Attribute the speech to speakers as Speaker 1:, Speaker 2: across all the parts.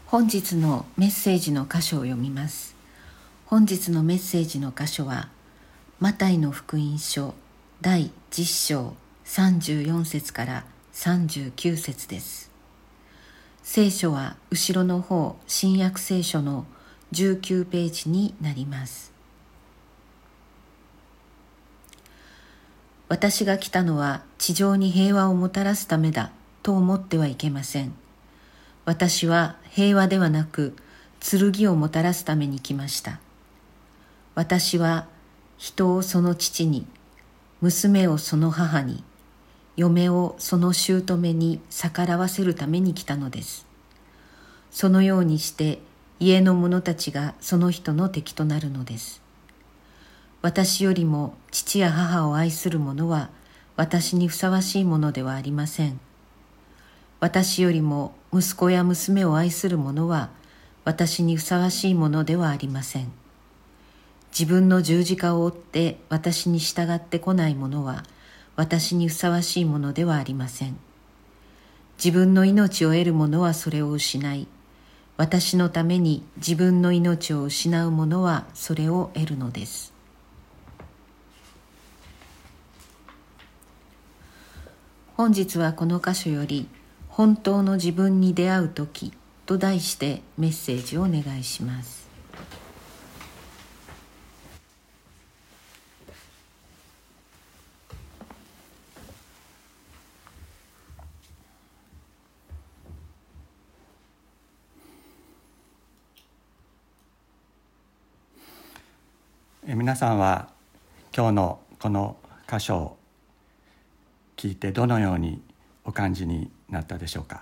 Speaker 1: 本日のメッセージの箇所を読みます。本日のメッセージの箇所はマタイの福音書第10章34節から39節です。聖書は後ろの方、新約聖書の19ページになります。私が来たのは地上に平和をもたらすためだと思ってはいけません。私は平和ではなく剣をもたらすために来ました。私は人をその父に、娘をその母に、嫁をその姑に逆らわせるために来たのです。そのようにして家の者たちがその人の敵となるのです。私よりも父や母を愛する者は私にふさわしいものではありません。私よりも息子や娘を愛する者は私にふさわしいものではありません。自分の十字架を追って私に従ってこない者は私にふさわしいものではありません。自分の命を得る者はそれを失い、私のために自分の命を失う者はそれを得るのです。本日はこの箇所より本当の自分に出会うときと題してメッセージをお願いします。
Speaker 2: 皆さんは今日のこの箇所を聞いてどのようにお感じになったでしょうか。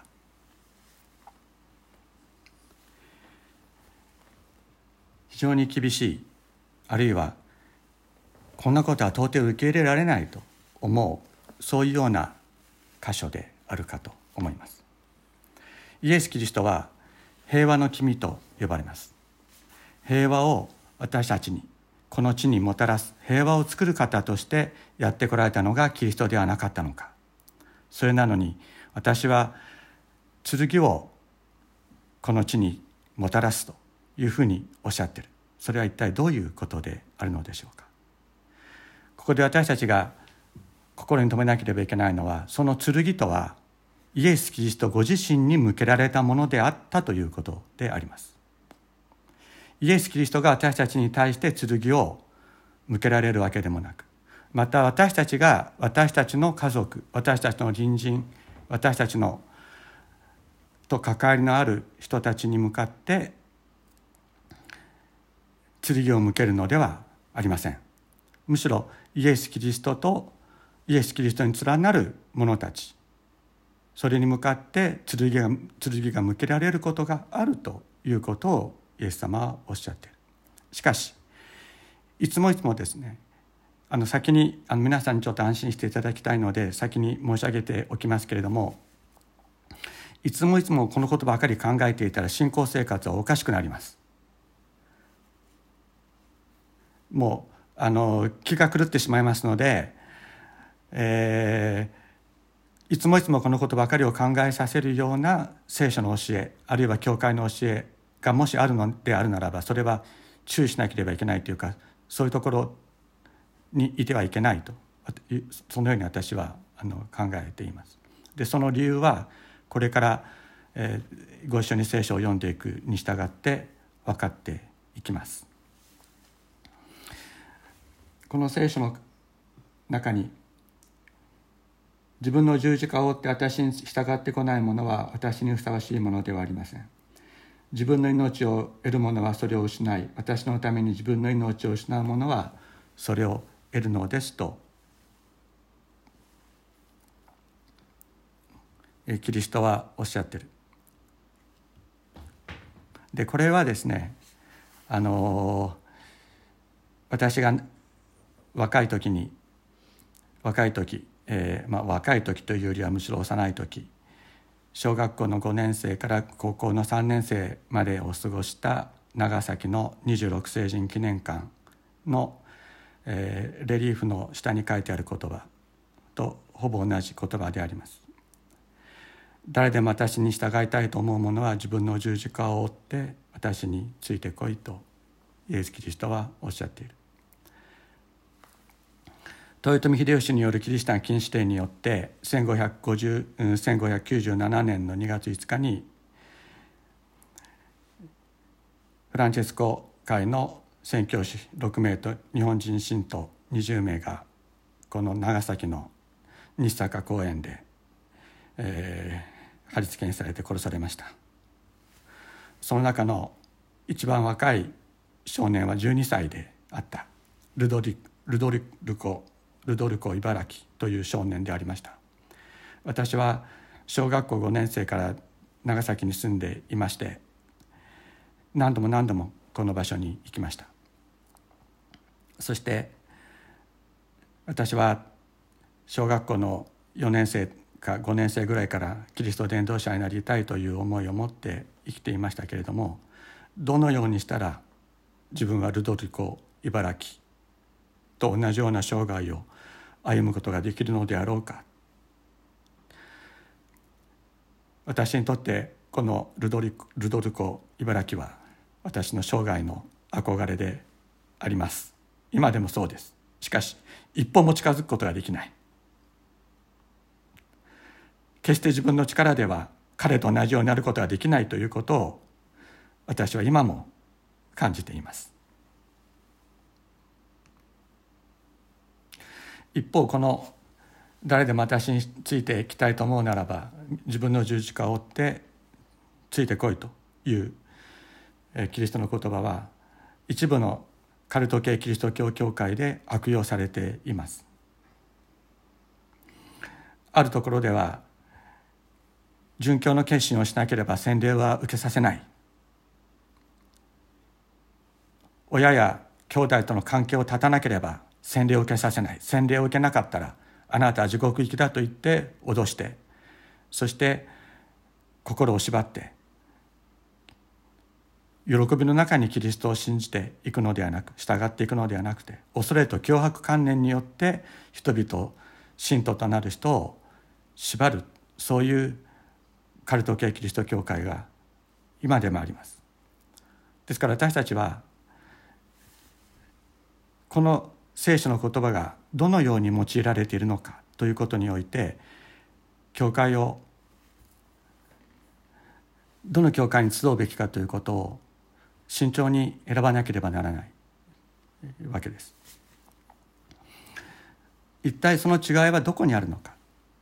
Speaker 2: 非常に厳しい、あるいはこんなことは到底受け入れられないと思う、そういうような箇所であるかと思います。イエス・キリストは平和の君と呼ばれます。平和を私たちに、この地にもたらす平和を作る方としてやってこられたのがキリストではなかったのか。それなのに私は剣をこの地にもたらすというふうにおっしゃっている。それは一体どういうことであるのでしょうか。ここで私たちが心に留めなければいけないのは、その剣とはイエス・キリストご自身に向けられたものであったということであります。イエス・キリストが私たちに対して剣を向けられるわけでもなく、また私たちが私たちの家族、私たちの隣人、私たちのと関わりのある人たちに向かって剣を向けるのではありません。むしろイエス・キリストとイエス・キリストに連なる者たち、それに向かって剣が向けられることがあるということをイエス様はおっしゃっている。しかしいつもですね、先に皆さんにちょっと安心していただきたいので先に申し上げておきますけれども、いつもこのことばかり考えていたら信仰生活はおかしくなります。もう気が狂ってしまいますので、いつもこのことばかりを考えさせるような聖書の教え、あるいは教会の教えがもしあるのであるならば、それは注意しなければいけないというか、そういうところにいてはいけないと、そのように私は考えています。でその理由はこれから、ご一緒に聖書を読んでいくに従って分かっていきます。この聖書の中に、自分の十字架を追って私に従ってこない者は私にふさわしいものではありません。自分の命を得る者はそれを失い、私のために自分の命を失う者はそれを得るのですと、キリストはおっしゃっている。でこれはですね、私が若い時、若い時というよりはむしろ幼い時、小学校の5年生から高校の3年生までを過ごした長崎の26聖人記念館の、レリーフの下に書いてある言葉とほぼ同じ言葉であります。 誰でも私に従いたいと思う者は自分の十字架を追って私についてこいとイエス・キリストはおっしゃっている。豊臣秀吉によるキリシタン禁止令によって1597年の2月5日にフランチェスコ会の宣教師6名と日本人信徒20名がこの長崎の日坂公園で、貼り付けにされて殺されました。その中の一番若い少年は12歳であったルドルコ・茨城という少年でありました。私は小学校5年生から長崎に住んでいまして、何度もこの場所に行きました。そして私は小学校の4年生か5年生ぐらいからキリスト伝道者になりたいという思いを持って生きていましたけれども、どのようにしたら自分はルドルコ・茨城と同じような生涯を歩むことができるのであろうか。私にとってこのルドルコ・茨城は私の生涯の憧れであります。今でもそうです。しかし一歩も近づくことができない。決して自分の力では彼と同じようになることができないということを私は今も感じています。一方、この誰でも私についていきたいと思うならば自分の十字架を追ってついてこいというキリストの言葉は一部のカルト系キリスト教教会で悪用されています。あるところでは殉教の決心をしなければ洗礼は受けさせない、親や兄弟との関係を断たなければ洗礼を受けさせない、洗礼を受けなかったらあなたは地獄行きだと言って脅して、そして心を縛って喜びの中にキリストを信じていくのではなく、従っていくのではなくて、恐れと脅迫観念によって人々、信徒となる人を縛る、そういうカルト系キリスト教会が今でもあります。ですから私たちはこの聖書の言葉がどのように用いられているのかということにおいて、教会をどの教会に集うべきかということを慎重に選ばなければならないわけです。一体その違いはどこにあるのか。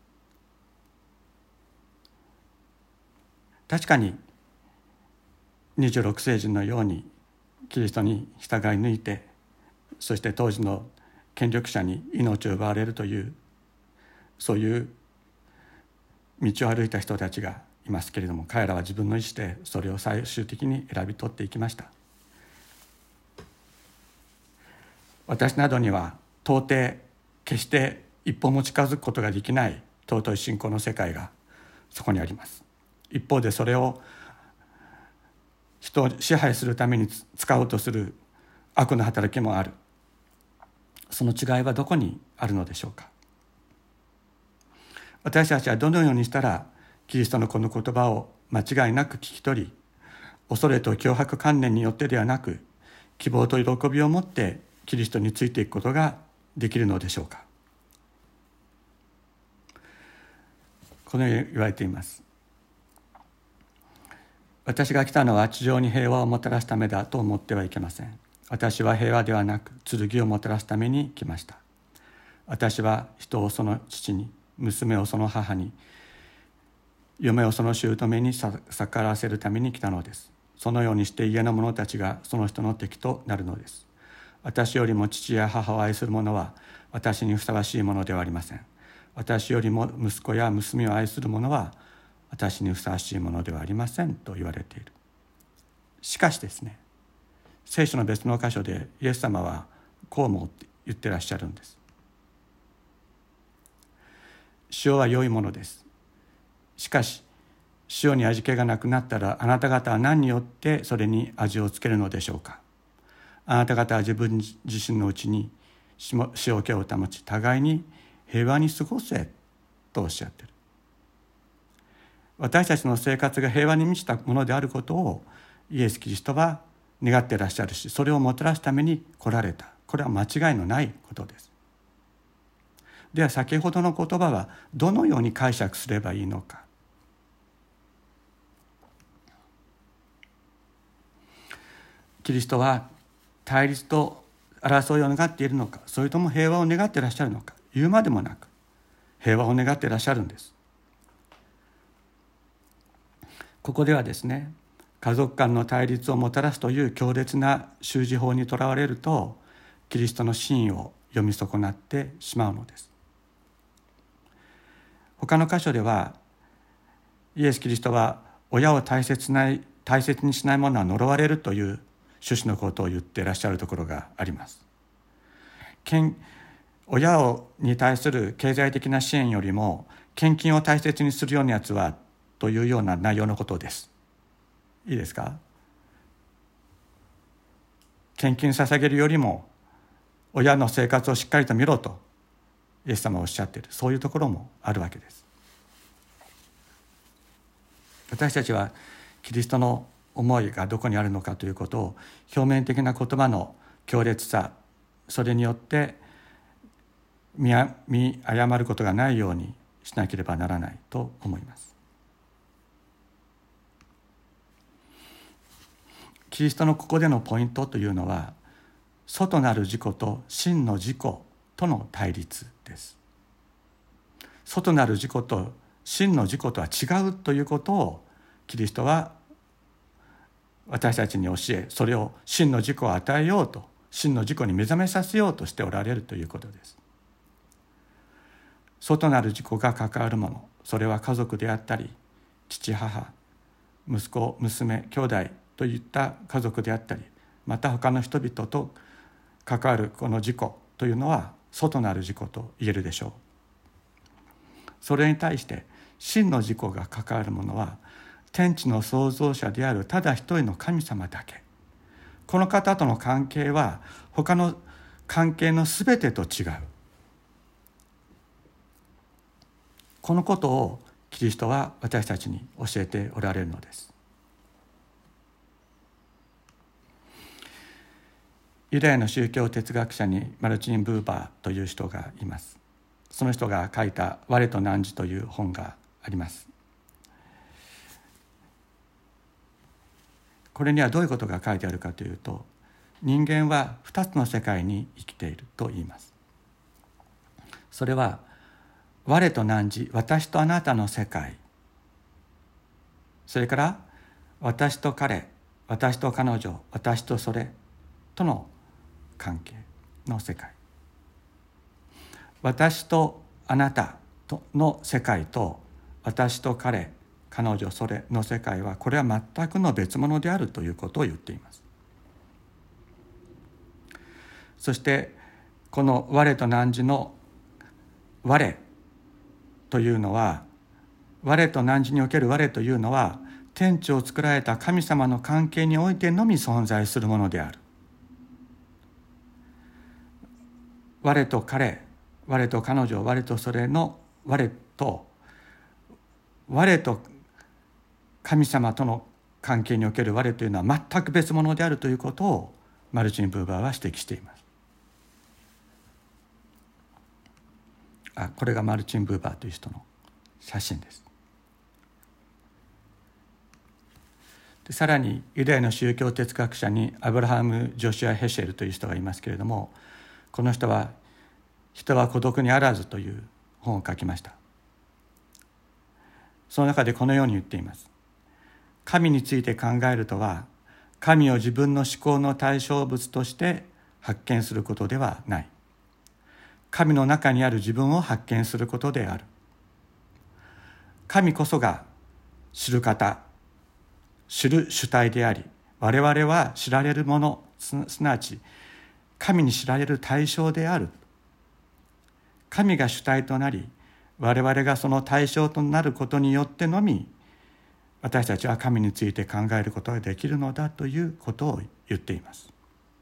Speaker 2: 確かに26世紀のようにキリストに従い抜いて、そして当時の権力者に命を奪われるという、そういう道を歩いた人たちがいますけれども、彼らは自分の意思でそれを最終的に選び取っていきました。私などには到底決して一歩も近づくことができない尊い信仰の世界がそこにあります。一方でそれを人を支配するために使おうとする悪の働きもある。その違いはどこにあるのでしょうか。私たちはどのようにしたらキリストのこの言葉を間違いなく聞き取り、恐れと脅迫観念によってではなく、希望と喜びを持ってキリストについていくことができるのでしょうか。このように言われています。私が来たのは地上に平和をもたらすためだと思ってはいけません。私は平和ではなく剣をもたらすために来ました。私は人をその父に、娘をその母に、嫁をその姑に逆らわせるために来たのです。そのようにして家の者たちがその人の敵となるのです。私よりも父や母を愛する者は私にふさわしいものではありません。私よりも息子や娘を愛する者は私にふさわしいものではありませんと言われている。しかしですね、聖書の別の箇所でイエス様はこうも言ってらっしゃるんです。塩は良いものです。しかし塩に味気がなくなったらあなた方は何によってそれに味をつけるのでしょうか。あなた方は自分自身のうちに塩気を保ち互いに平和に過ごせとおっしゃっている。 私たちの生活が平和に満ちたものであることをイエス・キリストは願っていらっしゃるし、それをもたらすために来られた。これは間違いのないことです。では先ほどの言葉はどのように解釈すればいいのか。キリストは対立と争いを願っているのか、それとも平和を願っていらっしゃるのか、言うまでもなく平和を願っていらっしゃるんです。ここではですね、家族間の対立をもたらすという強烈な習字法にとらわれると、キリストの真意を読み損なってしまうのです。他の箇所では、イエス・キリストは親を大切にしない者は呪われるという趣旨のことを言っていらっしゃるところがあります。親に対する経済的な支援よりも献金を大切にするようなやつはというような内容のことです。いいですか？献金捧げるよりも親の生活をしっかりと見ろとイエス様はおっしゃっている、そういうところもあるわけです。私たちはキリストの思いがどこにあるのかということを表面的な言葉の強烈さ、それによって見誤ることがないようにしなければならないと思います。キリストのここでのポイントというのは、外なる自己と真の自己との対立です。外なる自己と真の自己とは違うということをキリストは私たちに教え、それを真の自己を与えようと、真の自己に目覚めさせようとしておられるということです。外なる自己が関わるもの、それは家族であったり、父母、息子娘兄弟といった家族であったり、また他の人々と関わるこの自己というのは外なる自己と言えるでしょう。それに対して真の自己が関わるものは天地の創造者であるただ一人の神様だけ。この方との関係は他の関係のすべてと違う。このことをキリストは私たちに教えておられるのです。ユダヤの宗教哲学者にマルチン・ブーバーという人がいます。その人が書いた「我と汝」という本があります。これにはどういうことが書いてあるかというと、人間は2つの世界に生きていると言います。それは我と汝、私とあなたの世界、それから私と彼、私と彼女、私とそれとの関係の世界、私とあなたの世界と私と彼、彼女、それの世界は、これは全くの別物であるということを言っています。そしてこの我と汝の我というのは、我と汝における我というのは、天地を作られた神様の関係においてのみ存在するものである。我と彼、我と彼女、我とそれの我と神様との関係における我というのは全く別物であるということをマルチン・ブーバーは指摘しています。これがマルチン・ブーバーという人の写真です。でさらにユダヤの宗教哲学者にアブラハム・ジョシュア・ヘシェルという人がいますけれども、この人は人は孤独にあらずという本を書きました。その中でこのように言っています。神について考えるとは、神を自分の思考の対象物として発見することではない。神の中にある自分を発見することである。神こそが知る方、知る主体であり、我々は知られるもの、すなわち神に知られる対象である。神が主体となり、我々がその対象となることによってのみ、私たちは神について考えることができるのだということを言っています。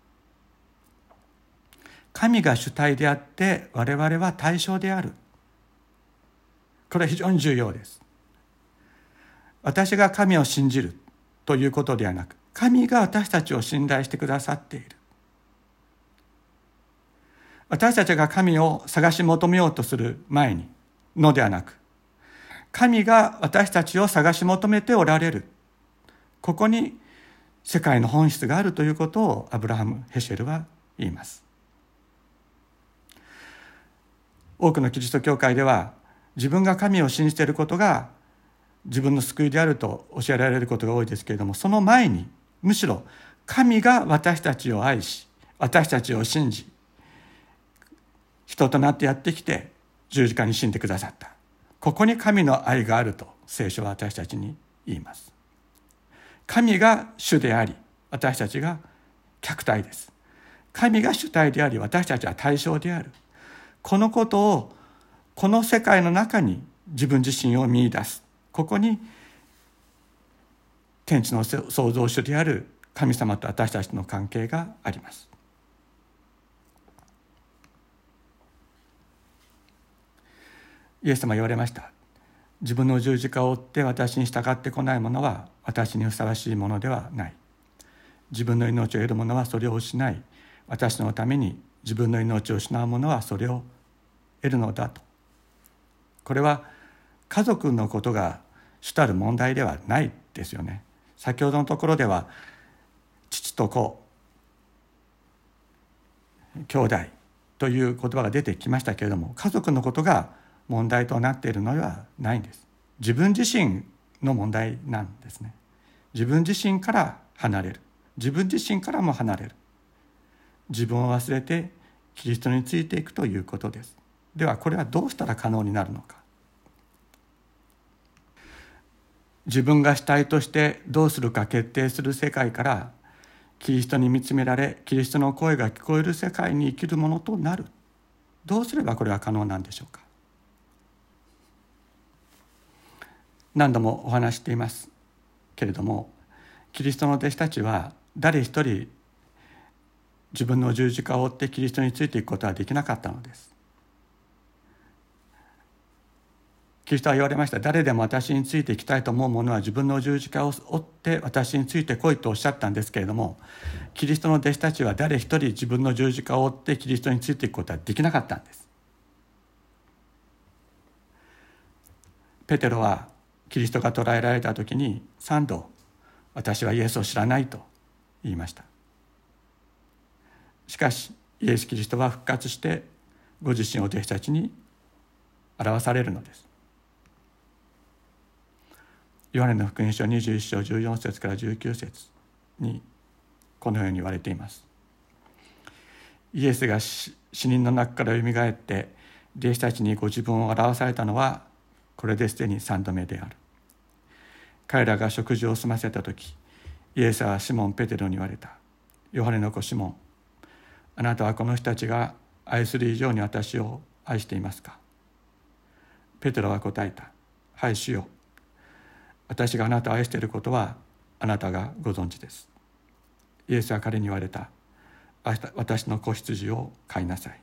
Speaker 2: 神が主体であって我々は対象である。これは非常に重要です。 私が神を信じるということではなく、神が私たちを信頼してくださっている。私たちが神を探し求めようとする前にのではなく、神が私たちを探し求めておられる。ここに世界の本質があるということをアブラハム・ヘシェルは言います。多くのキリスト教会では、自分が神を信じていることが自分の救いであると教えられることが多いですけれども、その前にむしろ神が私たちを愛し、私たちを信じ、人となってやってきて十字架に死んでくださった。ここに神の愛があると聖書は私たちに言います。神が主であり、私たちが客体です。神が主体であり、私たちは対象である。このことをこの世界の中に自分自身を見出す。ここに天地の創造主である神様と私たちの関係があります。イエス様は言われました。自分の十字架を追って私に従ってこない者は私にふさわしいものではない。自分の命を得る者はそれを失い、私のために自分の命を失う者はそれを得るのだと。これは家族のことが主たる問題ではないですよね。先ほどのところでは父と子、兄弟という言葉が出てきましたけれども、家族のことが問題となっているのではないんです。自分自身の問題なんですね。自分自身から離れる。自分自身からも離れる。自分を忘れてキリストについていくということです。ではこれはどうしたら可能になるのか。自分が主体としてどうするか決定する世界から、キリストに見つめられ、キリストの声が聞こえる世界に生きるものとなる。どうすればこれは可能なんでしょうか。何度もお話していますけれども、キリストの弟子たちは誰一人自分の十字架を追ってキリストについていくことはできなかったのです。キリストは言われました。誰でも私についていきたいと思う者は自分の十字架を追って私について来いとおっしゃったんですけれども、キリストの弟子たちは誰一人自分の十字架を追ってキリストについていくことはできなかったんです。ペテロはキリストが捕らえられた時に3度私はイエスを知らないと言いました。しかしイエス・キリストは復活してご自身を弟子たちに表されるのです。ヨハネの福音書21章14節から19節にこのように言われています。イエスが死人の中からよみがえって弟子たちにご自分を表されたのはこれですでに3度目である。彼らが食事を済ませたとき、イエスはシモン・ペテロに言われた。ヨハネの子シモン、あなたはこの人たちが愛する以上に私を愛していますか。ペテロは答えた。はい主よ、私があなたを愛していることはあなたがご存知です。イエスは彼に言われた。私の子羊を飼いなさい。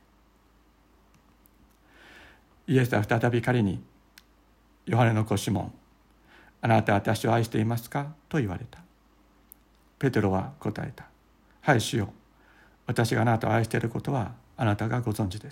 Speaker 2: イエスは再び彼に、ヨハネの子シモン、あなたは私を愛していますかと言われた。ペテロは答えた。はい主よ、私があなたを愛していることはあなたがご存知です。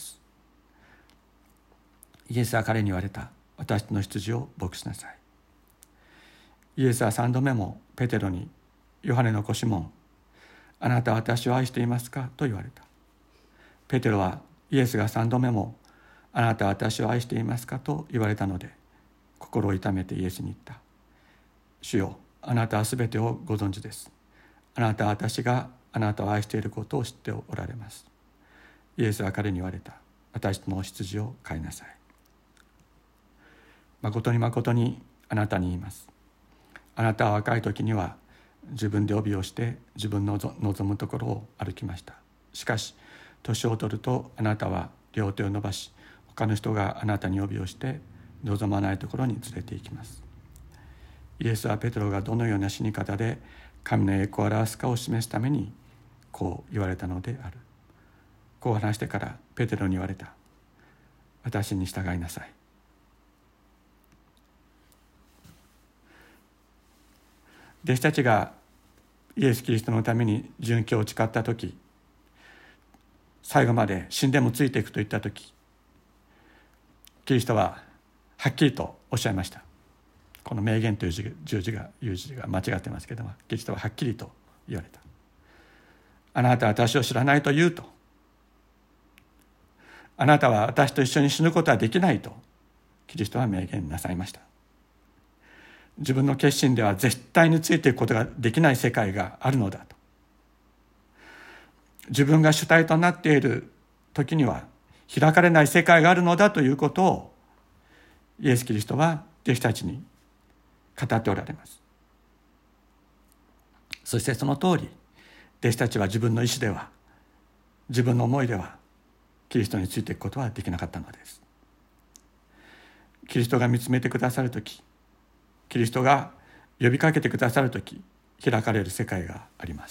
Speaker 2: イエスは彼に言われた。私の羊を牧しなさい。イエスは3度目もペテロに、ヨハネの子シモン、あなたは私を愛していますかと言われた。ペテロはイエスが3度目もあなたは私を愛していますかと言われたので、心を痛めてイエスに言った。主よ、あなたはすべてをご存知です。あなたは私があなたを愛していることを知っておられます。イエスは彼に言われた。私の羊を飼いなさい。誠に誠にあなたに言います。あなたは若い時には自分で帯をして自分の望むところを歩きました。しかし年を取るとあなたは両手を伸ばし、他の人があなたに帯をして望まないところに連れて行きます。イエスはペテロがどのような死に方で神の栄光を表すかを示すためにこう言われたのである。こう話してからペテロに言われた。私に従いなさい。 弟子たちがイエス・キリストのために殉教を誓った時、最後まで死んでもついていくと言った時、キリストははっきりとおっしゃいました。この名言という字が間違ってますけども、キリストははっきりと言われた。あなたは私を知らないと言うと。あなたは私と一緒に死ぬことはできないとキリストは明言なさいました。自分の決心では絶対についていくことができない世界があるのだと。自分が主体となっている時には開かれない世界があるのだということをイエス・キリストは弟子たちに語っておられます。そしてその通り、弟子たちは自分の意志では、自分の思いではキリストについていくことはできなかったのです。キリストが見つめてくださるとき、キリストが呼びかけてくださるとき、開かれる世界があります。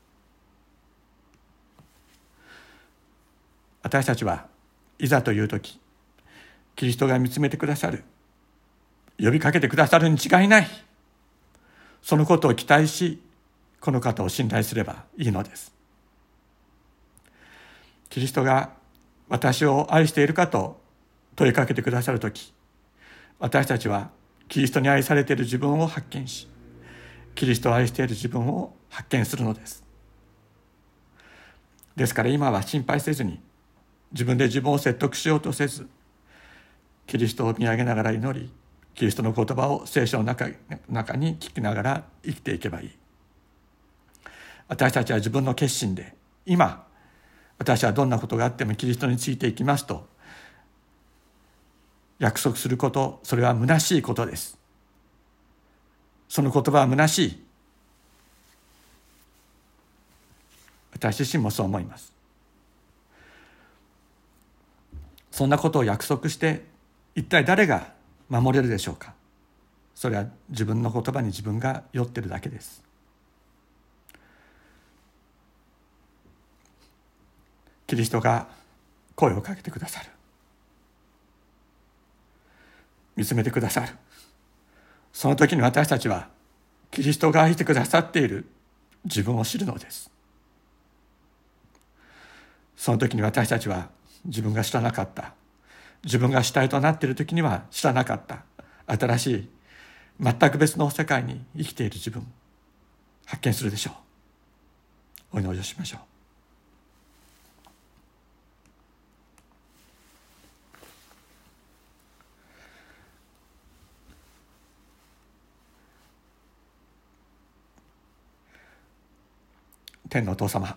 Speaker 2: 私たちはいざというとき、キリストが見つめてくださる、呼びかけてくださるに違いない、そのことを期待し、この方を信頼すればいいのです。キリストが私を愛しているかと問いかけてくださるとき、私たちはキリストに愛されている自分を発見し、キリストを愛している自分を発見するのです。ですから今は心配せずに、自分で自分を説得しようとせず、キリストを見上げながら祈り、キリストの言葉を聖書の中に聞きながら生きていけばいい。私たちは自分の決心で、今私はどんなことがあってもキリストについていきますと約束すること、それは虚しいことです。その言葉は虚しい。私自身もそう思います。そんなことを約束して一体誰が守れるでしょうか。それは自分の言葉に自分が酔ってるだけです。キリストが声をかけてくださる、見つめてくださる。その時に私たちはキリストが愛してくださっている自分を知るのです。その時に私たちは自分が知らなかった、自分が主体となっている時には知らなかった新しい全く別の世界に生きている自分発見するでしょう。お祈りをしましょう。天のお父様、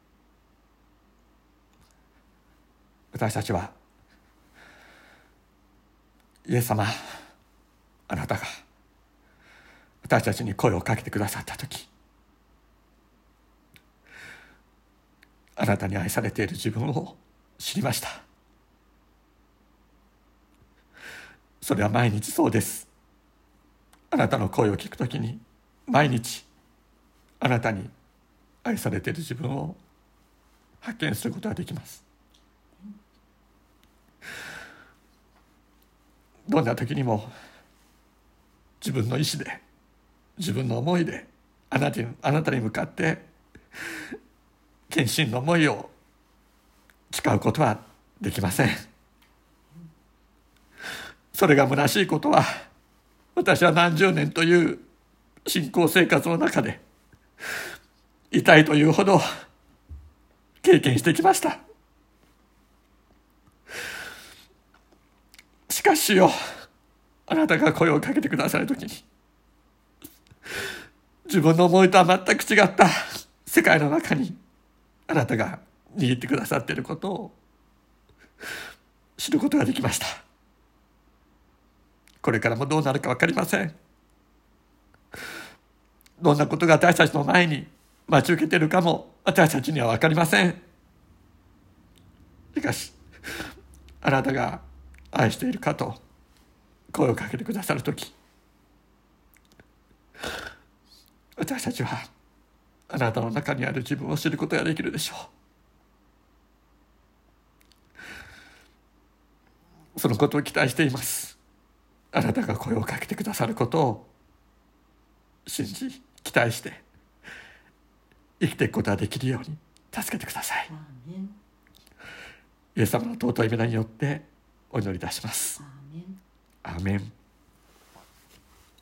Speaker 2: 私たちはイエス様、あなたが私たちに声をかけてくださったとき、あなたに愛されている自分を知りました。それは毎日そうです。あなたの声を聞くときに毎日あなたに愛されている自分を発見することができます。どんな時にも自分の意志で、自分の思いであなたに向かって献身の思いを誓うことはできません。それが虚しいことは私は何十年という信仰生活の中で痛いというほど経験してきました。しかし主よ、あなたが声をかけてくださるときに自分の思いとは全く違った世界の中にあなたが握ってくださっていることを知ることができました。これからもどうなるか分かりません。どんなことが私たちの前に待ち受けているかも私たちには分かりません。しかしあなたが愛しているかと声をかけてくださるとき、私たちはあなたの中にある自分を知ることができるでしょう。そのことを期待しています。あなたが声をかけてくださることを信じ期待して生きていくことができるように助けてください。イエス様の尊い皆によってお祈りいたします。アーメン。